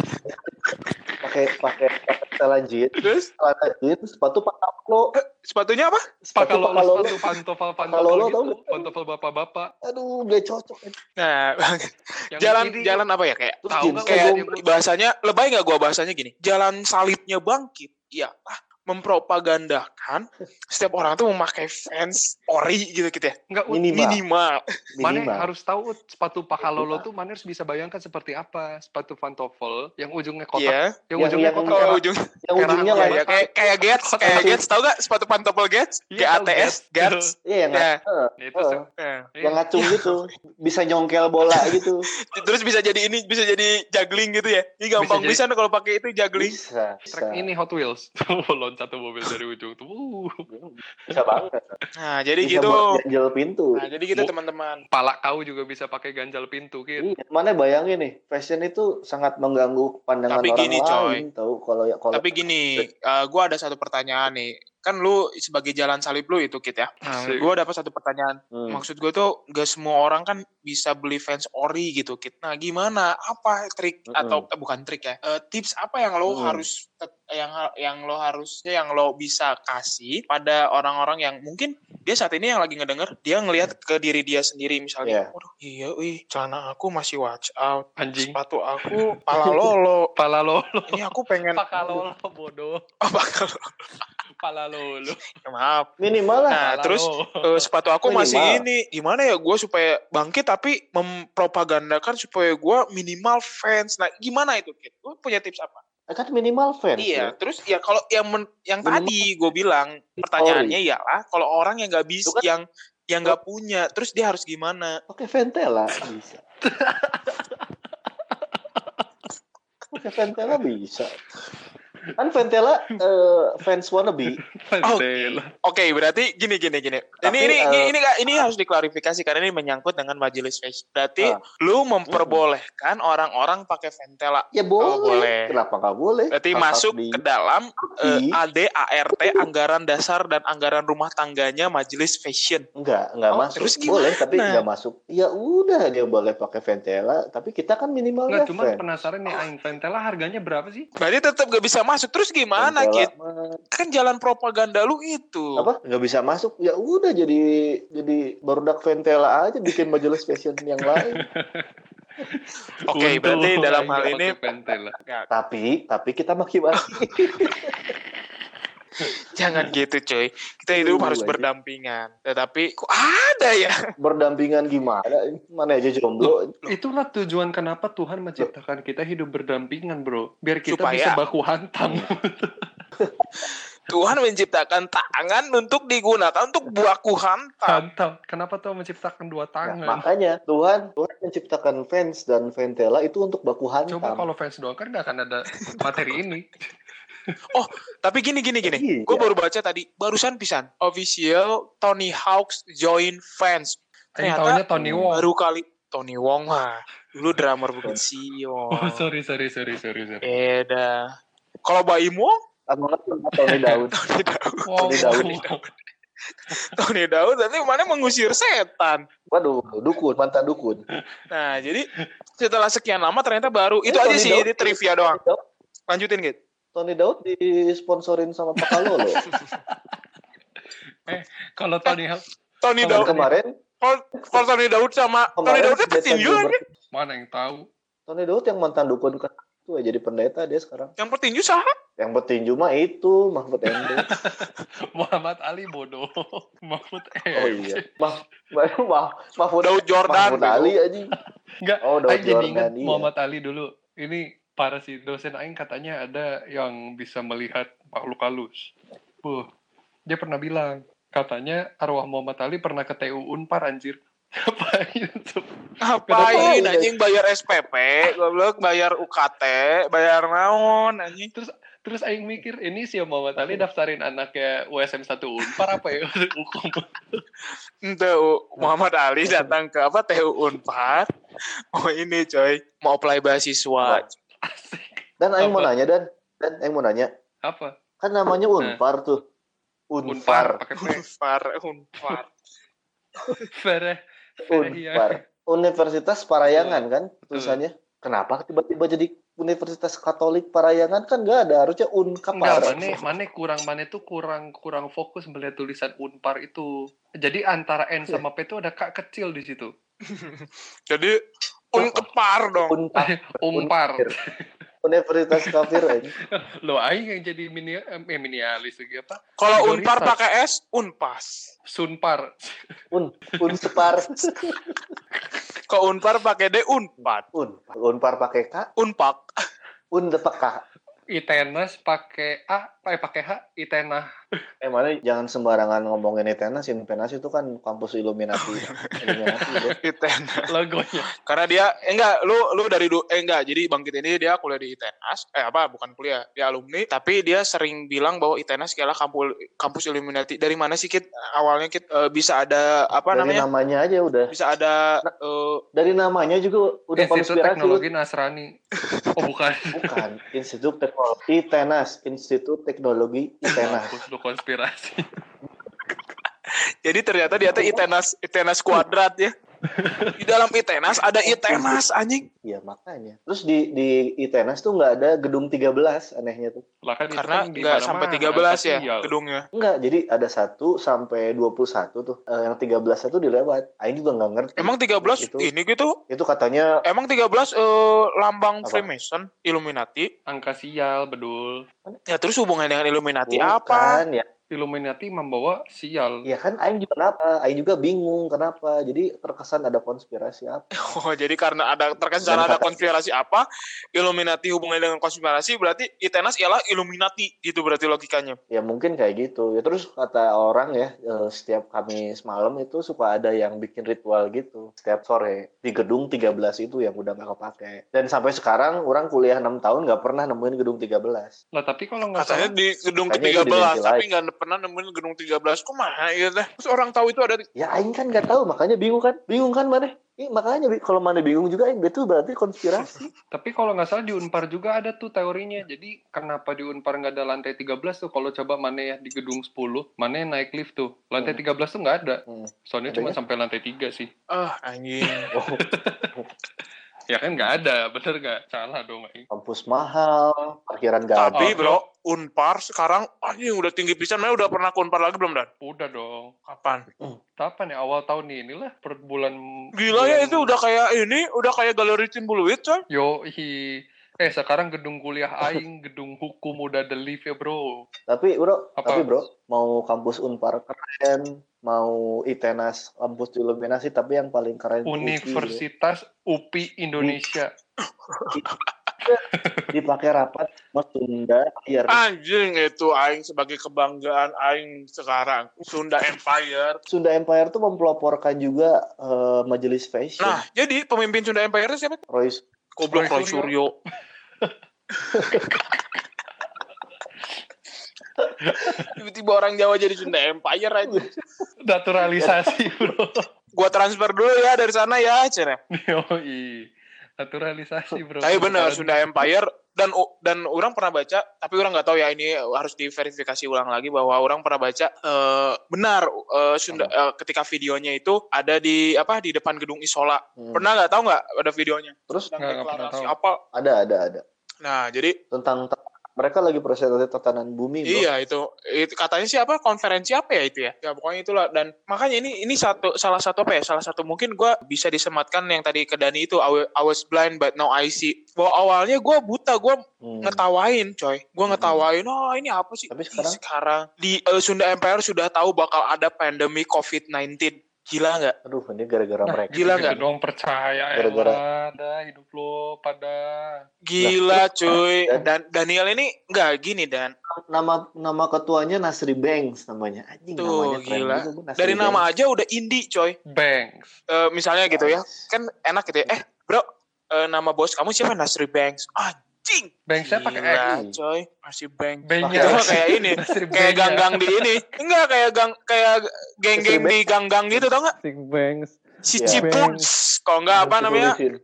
Pakai pakai setelan jeans, terus celana jeans, sepatu pakalo. Sepatunya apa? Pakalo, sepatu pantofel pantofel gitu, pantofel bapak-bapak. Aduh, gak cocok. Nah, jalan ini, jalan apa ya kayak? Tahu kayak bahasanya lebay nggak gua bahasanya gini. Jalan salibnya Bangkit, ya. Mempropagandakan setiap orang tuh memakai fans ori gitu gitu ya. Enggak minimal. minimal. Mana harus tahu sepatu pakalolo tuh mana harus bisa bayangkan seperti apa sepatu pantofel yang ujungnya kotak, yeah. yang, yang ujungnya kotak, yang, ujung, yang ujungnya lah ya kayak kayak Gats, kayak Gats tahu gak sepatu pantofel Gats? G A T S, Gats. Iya, yang itu yang ngacung gitu, bisa nyongkel bola gitu. Terus bisa jadi ini, bisa jadi juggling gitu ya. Ini gampang bisa, bisa kalau pakai itu juggling. Bisa. Track ini Hot Wheels. Satu mobil dari ujung tuh. Uh. Bisa banget. Nah, jadi bisa gitu. Ganjal pintu. Nah, jadi gitu teman-teman. Pala kau juga bisa pakai ganjal pintu gitu. Iya, mana bayangin nih, fashion itu sangat mengganggu pandangan Tapi orang gini, lain, coy. tahu kalau ya kalau Tapi gini, uh, gua ada satu pertanyaan nih. Kan lu sebagai jalan salib lu itu Kit ya. Nah, gue dapat satu pertanyaan. Hmm. Maksud gue tuh gak semua orang kan bisa beli fans ori gitu Kit. Nah gimana? Apa trik hmm. atau eh, bukan trik ya? Uh, tips apa yang lo hmm. harus yang yang lo harusnya yang lo bisa kasih pada orang-orang yang mungkin dia saat ini yang lagi ngedenger dia ngelihat ke diri dia sendiri misalnya. Yeah. Waduh, iya, wih, celana aku masih watch out. Anjing. Sepatu aku pala lolo. Pala lolo. Ini aku pengen. Pakalolo bodoh. Oh, pakalolo. Pala lolo. Ya, maaf. Minimal lah. Nah, Pala terus uh, sepatu aku minimal. Masih ini. Gimana ya gue supaya bangkit tapi mempropagandakan supaya gue minimal fans. Nah, gimana itu, Kit? Lu punya tips apa? Kan minimal fans. Iya, ya? Terus ya kalau yang men, yang minimal. Tadi gue bilang pertanyaannya ialah kalau orang yang nggak bisa, kan, yang yang nggak punya, terus dia harus gimana? Pakai Ventela bisa. Pakai Ventela bisa. Kan Ventela uh, fans wannabe. Oh, Oke, okay, berarti gini gini gini. Tapi, ini ini, uh, ini ini ini harus diklarifikasi karena ini menyangkut dengan majelis fashion. Berarti uh, lu memperbolehkan uh, orang-orang pakai Ventela. Ya boleh. Oh, boleh. Kenapa nggak boleh? Berarti Kata masuk di... ke dalam uh, A D A R T anggaran dasar dan anggaran rumah tangganya majelis fashion. Enggak, enggak oh, masuk. Terus boleh tapi enggak masuk. Ya udah dia boleh pakai Ventela, tapi kita kan minimal ya. Nggak, cuma penasaran nih, aing Ventela harganya berapa sih? Berarti tetap gak bisa masuk. Terus gimana, Kit? Kan jalan propaganda lu itu. Apa? Nggak bisa masuk? Ya udah jadi jadi barudak Ventela aja bikin majelis fashion yang lain. Oke, okay, berarti dalam hal ini tapi tapi kita maki-maki. Jangan gitu, coy. Kita hidup harus aja. Berdampingan. Tetapi kok ada ya? Berdampingan gimana? Mana aja jomblo. Itulah tujuan kenapa Tuhan menciptakan kita hidup berdampingan, bro. Biar kita supaya bisa baku hantam. Tuhan menciptakan tangan untuk digunakan untuk baku hantam. Hantam. Kenapa Tuhan menciptakan dua tangan? Nah, makanya Tuhan Tuhan menciptakan fans dan Ventela itu untuk baku hantam. Coba kalau fans doang kan nggak akan ada materi ini. Oh, tapi gini gini gini. Iya. Gue baru baca tadi, barusan pisan. Official Tony Hawk's join fans. Ternyata Tony Wong. Baru kali Tony Wong mah. Dulu drummer bukan Sio. Oh, sorry sorry sorry sorry sorry. Beda. Kalau Baim Wong? Tony Daud. Tony Daud. Wow. Tony Daud. Tony Daud tapi mana mengusir setan. Waduh, dukun, mantan dukun. Nah, jadi setelah sekian lama ternyata baru. Itu eh, aja Tony sih, Daud. Ini trivia doang. Lanjutin, gitu. Tony Daud disponsorin sama Pakalo loh. eh, kalau Tony Tony Daud kemarin kalau Tony Daud sama Tony Daud itu petinju aja. Mana yang tahu? Tony Daud yang mantan dukun kan itu jadi pendeta dia sekarang. Yang petinju sah? Yang petinju mah itu Mahfud M D. Muhammad Ali bodoh. Mahfud M D. Oh iya. Mah, mah, Mahfud Daud Jordan. Mahfud Ali aja. Enggak. Oh, Daud Aing jadi ingat Jordan. Muhammad Ali dulu. Ini para si dosen Aing katanya ada yang bisa melihat makhluk halus. Buh. Dia pernah bilang, katanya arwah Muhammad Ali pernah ke T U Unpar anjir. Ngapain tuh? Ngapain anjing bayar S P P, goblok bayar U K T, bayar naon anjing. Terus terus aing mikir ini si Muhammad Ali daftarin anaknya U S M satu Unpar apa ya hukum. Ente Muhammad Ali datang ke apa T U Unpar. Oh ini coy, mau apply beasiswa. Dan aing mau nanya dan dan aing mau nanya. Apa? Kan namanya Unpar nah. tuh. Unpar. Pakai P. Unpar, Unpar. Fere. Unpar. Universitas Parayangan kan tulisannya. Kenapa tiba-tiba jadi Universitas Katolik Parayangan kan nggak ada, harusnya Unkapar. Enggak, Mane, Mane kurang Mane tuh kurang kurang fokus melihat tulisan Unpar itu. Jadi antara N sama P itu ada K kecil di situ. Jadi Unkapar dong. Unpar. Umpar. Universitas kafir aja. Lo aing yang jadi mini eh, minialis lagi apa? Kalau Unpar pakai S, Unpas. Sunpar. Un Unspar. Kalau Unpar pakai D, Unpad. Un Unpar pakai K, Unpak. Undepak K. Itenas pakai A, eh pakai H, Itenah. Eh mana jangan sembarangan ngomongin Itenas, Impenas itu kan kampus Illuminati. Illuminati Itenas. Logonya. Karena dia eh enggak, lu lu dari du, eh enggak, jadi Bangkit ini dia kuliah di Itenas, eh apa bukan kuliah, dia alumni, tapi dia sering bilang bahwa Itenas ialah kampus kampus Illuminati. Dari mana sih Kit awalnya Kit uh, bisa ada apa dari namanya? Dari namanya aja udah. Bisa ada uh, dari namanya juga udah Institut konspirasi. Teknologi Nasrani. Oh bukan. Bukan, Institut Teknologi Itenas, Institut Teknologi Itenas. Mampus lu konspirasi. Jadi ternyata dia tuh Itenas Itenas kuadrat ya. Di dalam Itenas ada Itenas anjing. Iya makanya. Terus di di Itenas tuh nggak ada gedung tiga belas anehnya tuh. Lah kan karena nggak sampai tiga belas ya iya. Gedungnya. Enggak, jadi ada satu sampai dua puluh satu tuh. Uh, yang tiga belas itu dilewat. Aing juga nggak ngerti. Emang tiga belas itu, ini gitu? Itu katanya emang tiga belas uh, lambang apa? Freemason, Illuminati. Angka sial, bedul. Ya terus hubungan dengan Illuminati bukan, apa? Ya. Illuminati membawa sial. Ya kan Aing juga kenapa? Aing juga bingung kenapa. Jadi terkesan ada konspirasi apa. Oh, jadi karena ada terkesan ada konspirasi apa, Illuminati hubungannya dengan konspirasi, berarti Itenas ialah Illuminati gitu berarti logikanya. Ya mungkin kayak gitu. Ya terus kata orang ya, setiap Kamis malam itu suka ada yang bikin ritual gitu. Setiap sore di gedung tiga belas itu yang udah nggak kepake. Dan sampai sekarang orang kuliah enam tahun nggak pernah nemuin gedung tiga belas. Lah tapi kalau nggak katanya salah di gedung ke tiga belas tapi nggak pernah nemuin gedung tiga belas. Kok mana ya teh? Terus orang tahu itu ada. Ya aing kan nggak tahu, makanya bingung kan? Bingung kan mana? Ih, makanya kalau mana bingung juga aing itu berarti konspirasi. Tapi kalau nggak salah di Unpar juga ada tuh teorinya. Jadi kenapa di Unpar nggak ada lantai tiga belas tuh? Kalau coba mana ya di gedung sepuluh, mana yang naik lift tuh? Lantai hmm. tiga belas tuh nggak ada. Hmm. Soalnya Adanya? Cuma sampai lantai tiga sih. Ah, oh, anjing. Oh. Ya kan nggak ada, bener nggak? Salah dong. Kampus mahal, parkiran nggak ada. Tapi bro, Unpar sekarang, anjing udah tinggi pisan. Mana udah pernah ke Unpar lagi belum, Dan? Udah dong. Kapan? Hmm. Kapan ya? Awal tahun ini lah, per bulan. Gila bulan... ya itu udah kayak ini, udah kayak galeri Cimbuluit coy. Yo, hi. Eh sekarang gedung kuliah aing, gedung hukum udah ada lift ya bro. Tapi bro, Apa? tapi bro, mau kampus Unpar keren, mau Itenas kampus Illuminasi, tapi yang paling keren Universitas U P I Indonesia. Dipakai rapat Mas Sunda Empire. Anjing itu aing sebagai kebanggaan aing sekarang. Sunda Empire. Sunda Empire tuh mempelaporkan juga uh, majelis fashion. Nah, jadi pemimpin Sunda Empire itu siapa? Royce. Goblok Roy Suryo. Tiba-tiba orang Jawa jadi Sunda Empire aja. Naturalisasi bro. Gua transfer dulu ya dari sana ya, Cere. Yoi. Naturalisasi bro. Tapi benar Sunda Empire dan dan orang pernah baca, tapi orang nggak tahu ya ini harus diverifikasi ulang lagi bahwa orang pernah baca uh, benar uh, Sunda uh, ketika videonya itu ada di apa di depan gedung Isola. Hmm. Pernah nggak tahu nggak ada videonya? Terus nggak pernah tahu. Apa? Ada ada ada. Nah jadi tentang Mereka lagi presentasi tatanan bumi, bro. Iya itu, itu katanya sih apa konferensi apa ya itu ya? Ya pokoknya itulah dan makanya ini ini satu salah satu apa ya? Salah satu mungkin gue bisa disematkan yang tadi ke Dani itu I, I was blind but now I see. Bahwa awalnya gue buta, gue hmm. ngetawain, coy. Gue ngetawain, oh ini apa sih? Tapi sekarang, sekarang di uh, Sunda Empire sudah tahu bakal ada pandemi covid sembilan belas. Gila nggak? Aduh, ini gara-gara nah, mereka. Gila nggak? Dong percaya gara-gara ada hidup lo pada. Gila, cuy. Dan Daniel ini nggak gini dan. Nama nama ketuanya Nasri Banks namanya. Anjing namanya keren gila. Juga, dari Banks. nama aja udah indie, coy. Banks. Uh, misalnya gitu ya, kan enak gitu ya. Eh, bro, uh, nama bos kamu siapa? Nasri Banks. Anjing. Banksnya pakai X, coy. Nasri Banks. Banksnya itu kayak ini, kayak gang-gang di ini. Enggak kayak gang, kayak geng-geng di gang-gang gitu, tau nggak? Banks. Si yeah. Ciputs. Kalau nggak apa namanya? Eh,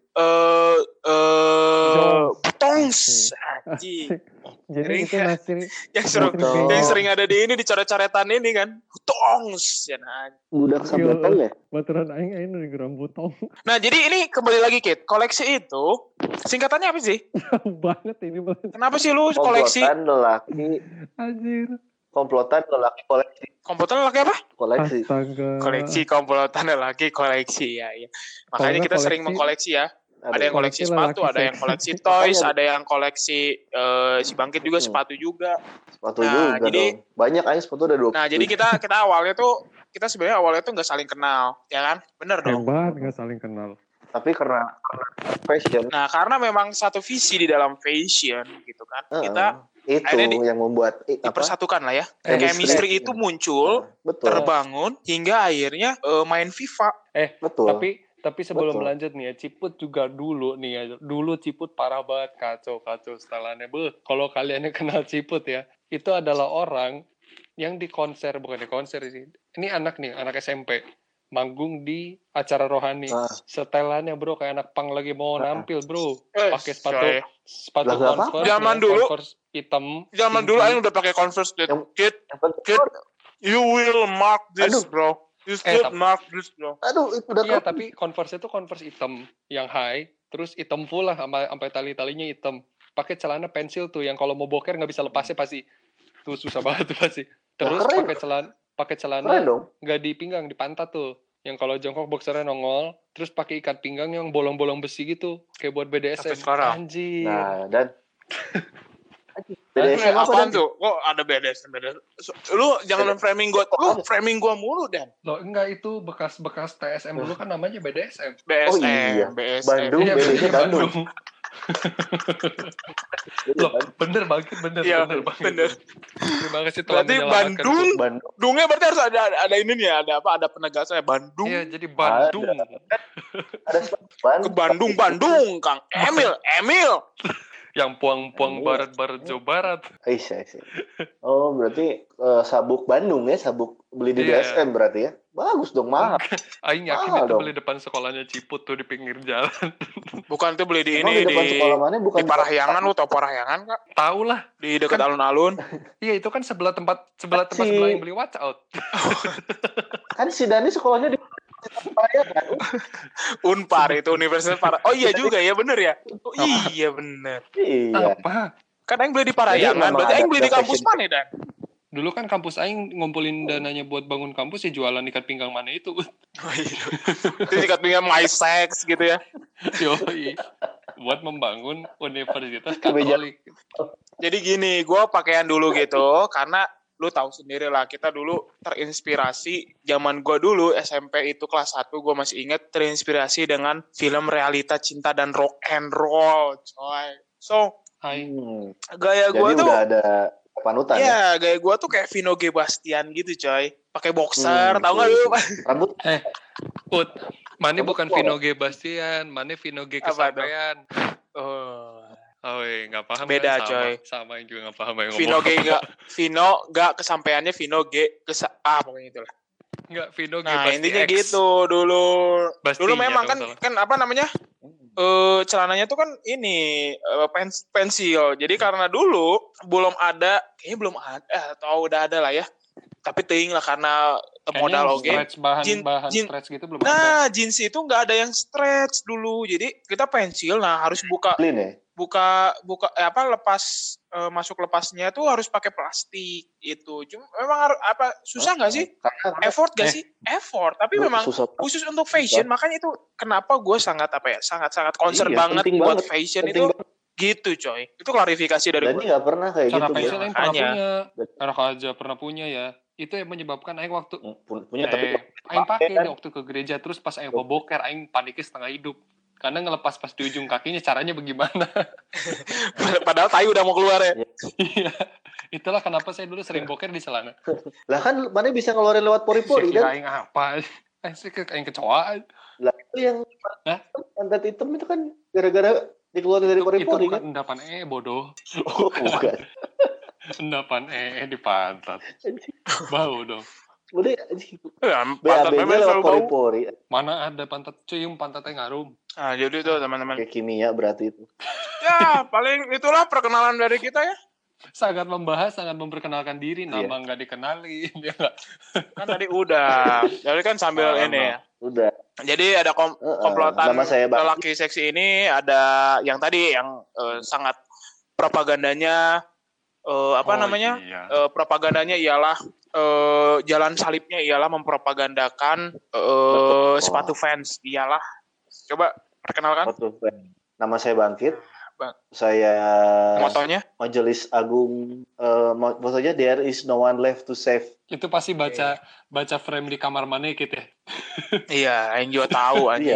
eh, Butongs. Anjing. Jadi itu Nasri yang sering yang sering ada di ini di coret-coretan ini kan butongs ya nah budak sabotong ya baturan aing aing di geram butong. Nah jadi ini kembali lagi Kit, koleksi itu singkatannya apa sih? Jauh banget ini banget. Kenapa sih lu koleksi? Komplotan lelaki. Anjir. Komplotan lelaki koleksi. Komplotan lelaki apa? Koleksi. Astaga. Koleksi komplotan lelaki koleksi ya ya. Makanya kita koleksi, sering mengkoleksi ya. Ada, ada yang koleksi, koleksi sepatu, ada yang koleksi toys, ada yang koleksi uh, si Bangkit juga hmm. sepatu juga. Sepatu nah, juga jadi, dong. Banyak aja sepatu udah dua puluh. Nah, jadi kita kita awalnya tuh kita sebenarnya awalnya tuh nggak saling kenal, ya kan? Bener dong. Hebat nggak saling kenal. Tapi karena, karena fashion. Nah, karena memang satu visi di dalam fashion gitu kan. Uh, kita itu di, yang membuat eh, dipersatukan lah ya. Eh, chemistry itu muncul, betul. terbangun hingga akhirnya uh, main FIFA. Eh, betul. Tapi Tapi sebelum Betul. lanjut nih ya, Ciput juga dulu nih ya, dulu Ciput parah banget, kacau-kacau setelannya. Beuh, kalau kalian yang kenal Ciput ya, itu adalah orang yang di konser, bukan di konser sih. Ini anak nih, anak S M P, manggung di acara rohani. Ah. Setelannya bro, kayak anak pang lagi mau ah. nampil bro, pakai sepatu Sorry. sepatu Converse, zaman ya, dulu, Converse hitam. Zaman dulu Aing udah pakai Converse, kid, kid, kid, you will mark this, Aduh. bro. You still eh, mark this bro. Aduh, itu udah. Iya, tapi Converse itu Converse hitam yang high, terus hitam full lah, sampai sampai tali-talinya hitam. Pakai celana pensil tuh, yang kalau mau boker nggak bisa lepasnya pasti. Tuh susah banget tuh pasti. Terus nah, pakai celana, pakai celana nggak di pinggang, di pantat tuh. Yang kalau jongkok boxernya nongol, terus pakai ikat pinggang yang bolong-bolong besi gitu, kayak buat B D S M. Anjir. Nah, dan B D S M apaan tuh? Kok ada B D S M? B D S M? Lu jangan framing gua, lu framing gua mulu Dan. Loh enggak, itu bekas-bekas T S M dulu kan namanya B D S M. B S M, oh, iya. B S M. Bandung, iya, B D S M Bandung. Loh, bener banget, bener, ya, bener banget. Bener. Terima kasih telah berarti Bandung, Bandungnya berarti harus ada ada ini nih, ada apa? Ada penegasannya Bandung. Iya, jadi Bandung. Ada, ada Bandung. Ke Bandung, Bandung, Kang Emil, Emil. Yang puang-puang barat-barat Jawa Barat. Aisyah, Aisyah. Oh, berarti uh, sabuk Bandung ya, sabuk beli di yeah. B S M berarti ya. Bagus dong, mahal. Aing yakin itu dong. Beli depan sekolahnya Ciput tuh di pinggir jalan. Bukan tuh beli di Emang ini di depan di, sekolah mana? Bukan di Parahyangan, lu tau Parahyangan Kak? Tahu lah, di dekat kan, alun-alun. Iya, itu kan sebelah tempat sebelah tempat si... sebelah yang beli watch out. Kan si Dani sekolahnya di Parahyangan. Unpar itu Universitas Parah. Oh iya juga ya, bener ya? Oh, iya bener. Iya. Apa? Kan Aing beli di Parahyangan, berarti Aing beli di kampus mana Dan? Dulu kan kampus Aing ngumpulin dananya buat bangun kampus ya jualan ikat pinggang mana itu. Oh iya. Itu ikat pinggang my sex gitu ya. Yoi. Buat membangun Universitas Katolik. Jadi gini, gue pakaian dulu gitu karena lu tahu sendiri lah, kita dulu terinspirasi, zaman gue dulu S M P itu kelas satu, gue masih inget terinspirasi dengan film realita cinta dan rock and roll, coy. So, hmm. gaya gue tuh udah ada panutan ya, ya? Gaya gue tuh kayak Vino G. Bastian gitu, coy. Pakai boxer, hmm, tau gak lu? Rambut? Eh, Put, mana bukan Vino G. Bastian, mana Vino G. Kesampaian. Oh. Oh iya, gak paham beda kan? Sama, coy. Sama yang juga gak paham yang Vino G gak, Vino gak kesampaiannya Vino G kesa, ah pokoknya itulah. Enggak, Vino G. Nah Basti intinya X. gitu dulu. Basti, dulu memang ya, kan salah. Kan apa namanya? Uh, celananya tuh kan ini uh, pens, pensil. Jadi karena dulu belum ada, kayaknya belum ada, eh, atau udah ada lah ya. Tapi teing lah karena modal oke. Okay. Bahan, Jin, bahan jin, stretch gitu belum nah, ada. Nah, jeans itu nggak ada yang stretch dulu. Jadi kita pensil, nah harus buka. Clean ya? buka buka eh, apa lepas eh, masuk lepasnya tuh harus pakai plastik itu. Cuma memang harus apa susah nggak sih? Karena Effort gak Eh. sih? Effort. Tapi Lu memang susah. khusus untuk fashion makanya itu kenapa gue sangat apa ya sangat-sangat concern Iya, banget penting buat banget. fashion Penting itu banget. gitu coy. Itu klarifikasi dari Dan gue. ini nggak pernah kayak Cara gitu. fashion Bro. Aing pernah Makanya. punya. Cara aja pernah punya ya. Itu yang menyebabkan Aing waktu Pun- Punya tapi eh, Aing pakai kan? nih waktu ke gereja terus pas Aing mau boker Aing paniknya setengah hidup. Karena ngelepas pas di ujung kakinya caranya bagaimana? Padahal tai udah mau keluar ya. Iya. Itulah kenapa saya dulu sering boker di celana. Lah kan mana bisa ngeluarin lewat pori-pori Saya kira dan Aing apa? Aing sih ke Aing kecoa. lah itu yang Hah? pantat hitam itu kan gara-gara dikeluarin dari Itu, itu pori-pori bukan kan. endapan eh bodoh. Oh, bukan. Endapan eh di pantat. Bau dong. Udah Ya, B A pantat B-nya memang lewat selalu bau. pori-pori. Mana ada pantat cium pantatnya ngarum. Nah, jadi itu teman-teman. Kayak kimia berarti itu. Ya, paling itulah perkenalan dari kita ya. Sangat membahas, sangat memperkenalkan diri, Iya. nama nggak dikenalin, ya nggak? Kan tadi udah. Jadi kan sambil Maaf, ini ya. Udah. Jadi ada kom- Uh-uh. komplotan Nama saya Bang. lelaki seksi ini ada yang tadi yang eh, sangat propagandanya eh, apa Oh, namanya? Iya. Eh, propagandanya ialah eh, jalan salibnya ialah mempropagandakan eh, sepatu Vans ialah coba perkenalkan Waktu nama saya Bangkit. Bang. Saya motonya. Majelis Agung eh mo- maksudnya there is no one left to save. Itu pasti baca baca frame di kamar mana gitu ya. Iya, yang juga tahu Iya. aja.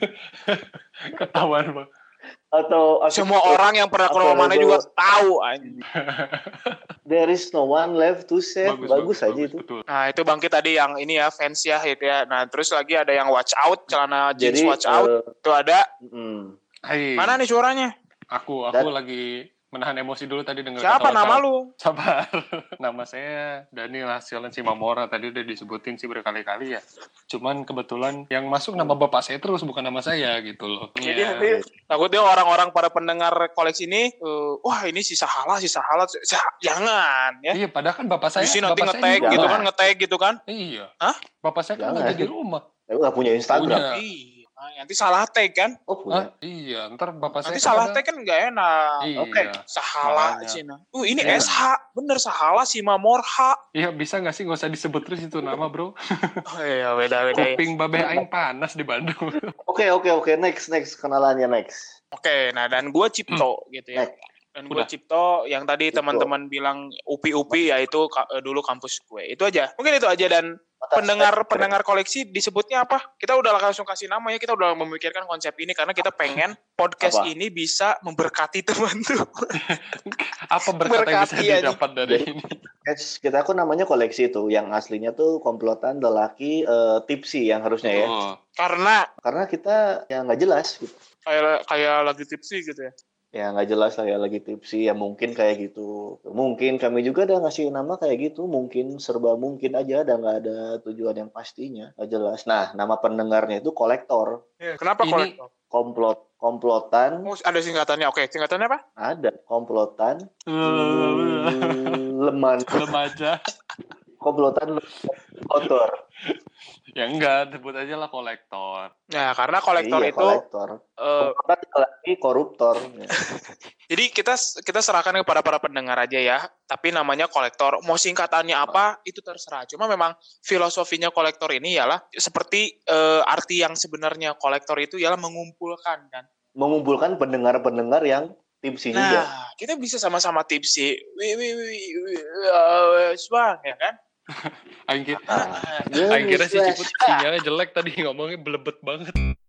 Ketahuan bang. Atau Semua orang yang pernah ke rumah mana juga tahu anjing. there is no one left to save. Bagus, aja itu. Betul. Nah, itu Bangkit tadi yang ini ya fans ya itu ya. Nah, terus lagi ada yang watch out, celana jeans Jadi watch out. eh, Itu ada. mm, Hai. Mana nih suaranya? Aku aku Dan- lagi menahan emosi dulu tadi dengar Siapa kata-kata. nama lu? Sabar. Nama saya Daniel Hasiolan Simamora. Tadi udah disebutin sih berkali-kali ya. Cuman kebetulan yang masuk nama bapak saya terus bukan nama saya gitu loh. Jadi Iya. nanti takutnya orang-orang para pendengar koleksi ini, eh, wah ini si Sahala, si Sahala, si- si- jangan ya. Iya, padahal kan bapak saya. Di sini nanti bapak saya nge-tag di gitu rumah. kan, nge-tag gitu kan. Iya. Hah? Bapak saya kan Jangan. lagi di rumah. saya nggak punya Instagram. Punya. Iya, nanti salah tag kan. Oh punya. Ah, iya, ntar bapak Nanti saya salah ada- tag kan nggak enak. Iya. Oke, Sahala Makanya. Cina. Uh, ini Iya. S H, bener Sahala Simamorha. Iya, bisa nggak sih nggak usah disebut terus itu nama, bro? Oh iya, beda-beda ya. Kuping babe aing panas di Bandung. Oke oke oke next next kenalannya next. Oke, nah dan gue Cipto gitu ya. Next. Dan gue Udah. Cipto yang tadi Cipto. teman-teman bilang upi-upi yaitu ka- eh, dulu kampus gue. Itu aja. Mungkin itu aja dan Atas- pendengar pendengar koleksi disebutnya apa? Kita udah langsung kasih nama ya. Kita udah memikirkan konsep ini karena kita pengen podcast Apa? ini bisa memberkati teman-teman. Apa berkat yang bisa Berkati aja. didapat dari ini? Guys, kita aku namanya koleksi tuh, yang aslinya tuh komplotan lelaki eh, tipsi yang harusnya ya. Oh, Karena Karena kita yang nggak jelas gitu. kayak kayak lagi tipsi gitu ya. Ya nggak jelas lah ya lagi tipsi ya mungkin kayak gitu. Mungkin kami juga ada ngasih nama kayak gitu. Mungkin serba mungkin aja, ada nggak ada tujuan yang pastinya nggak jelas. Nah nama pendengarnya itu kolektor, Kenapa Ini- kolektor? komplot, komplotan Oh, ada singkatannya. Oke, singkatannya apa? ada komplotan hmm, leman, remaja. komplotan kotor. Ya enggak, sebut aja lah kolektor. Nah, karena kolektor Iya, itu kolektor. eh, Komplotan lagi koruptor. Ya. jadi kita kita serahkan kepada para pendengar aja ya. Tapi namanya kolektor. Mau singkatannya apa itu terserah. Cuma memang filosofinya kolektor ini ialah seperti eh, arti yang sebenarnya kolektor itu ialah mengumpulkan kan. Mengumpulkan pendengar-pendengar yang tipsi juga. Nah, kita bisa sama-sama tipsi. Wih, wih, wih, wih, eh, Swang, ya kan? Aing kira, Ah, aing kira si gemes, Ciput sinyalnya jelek tadi ngomongnya belebet banget.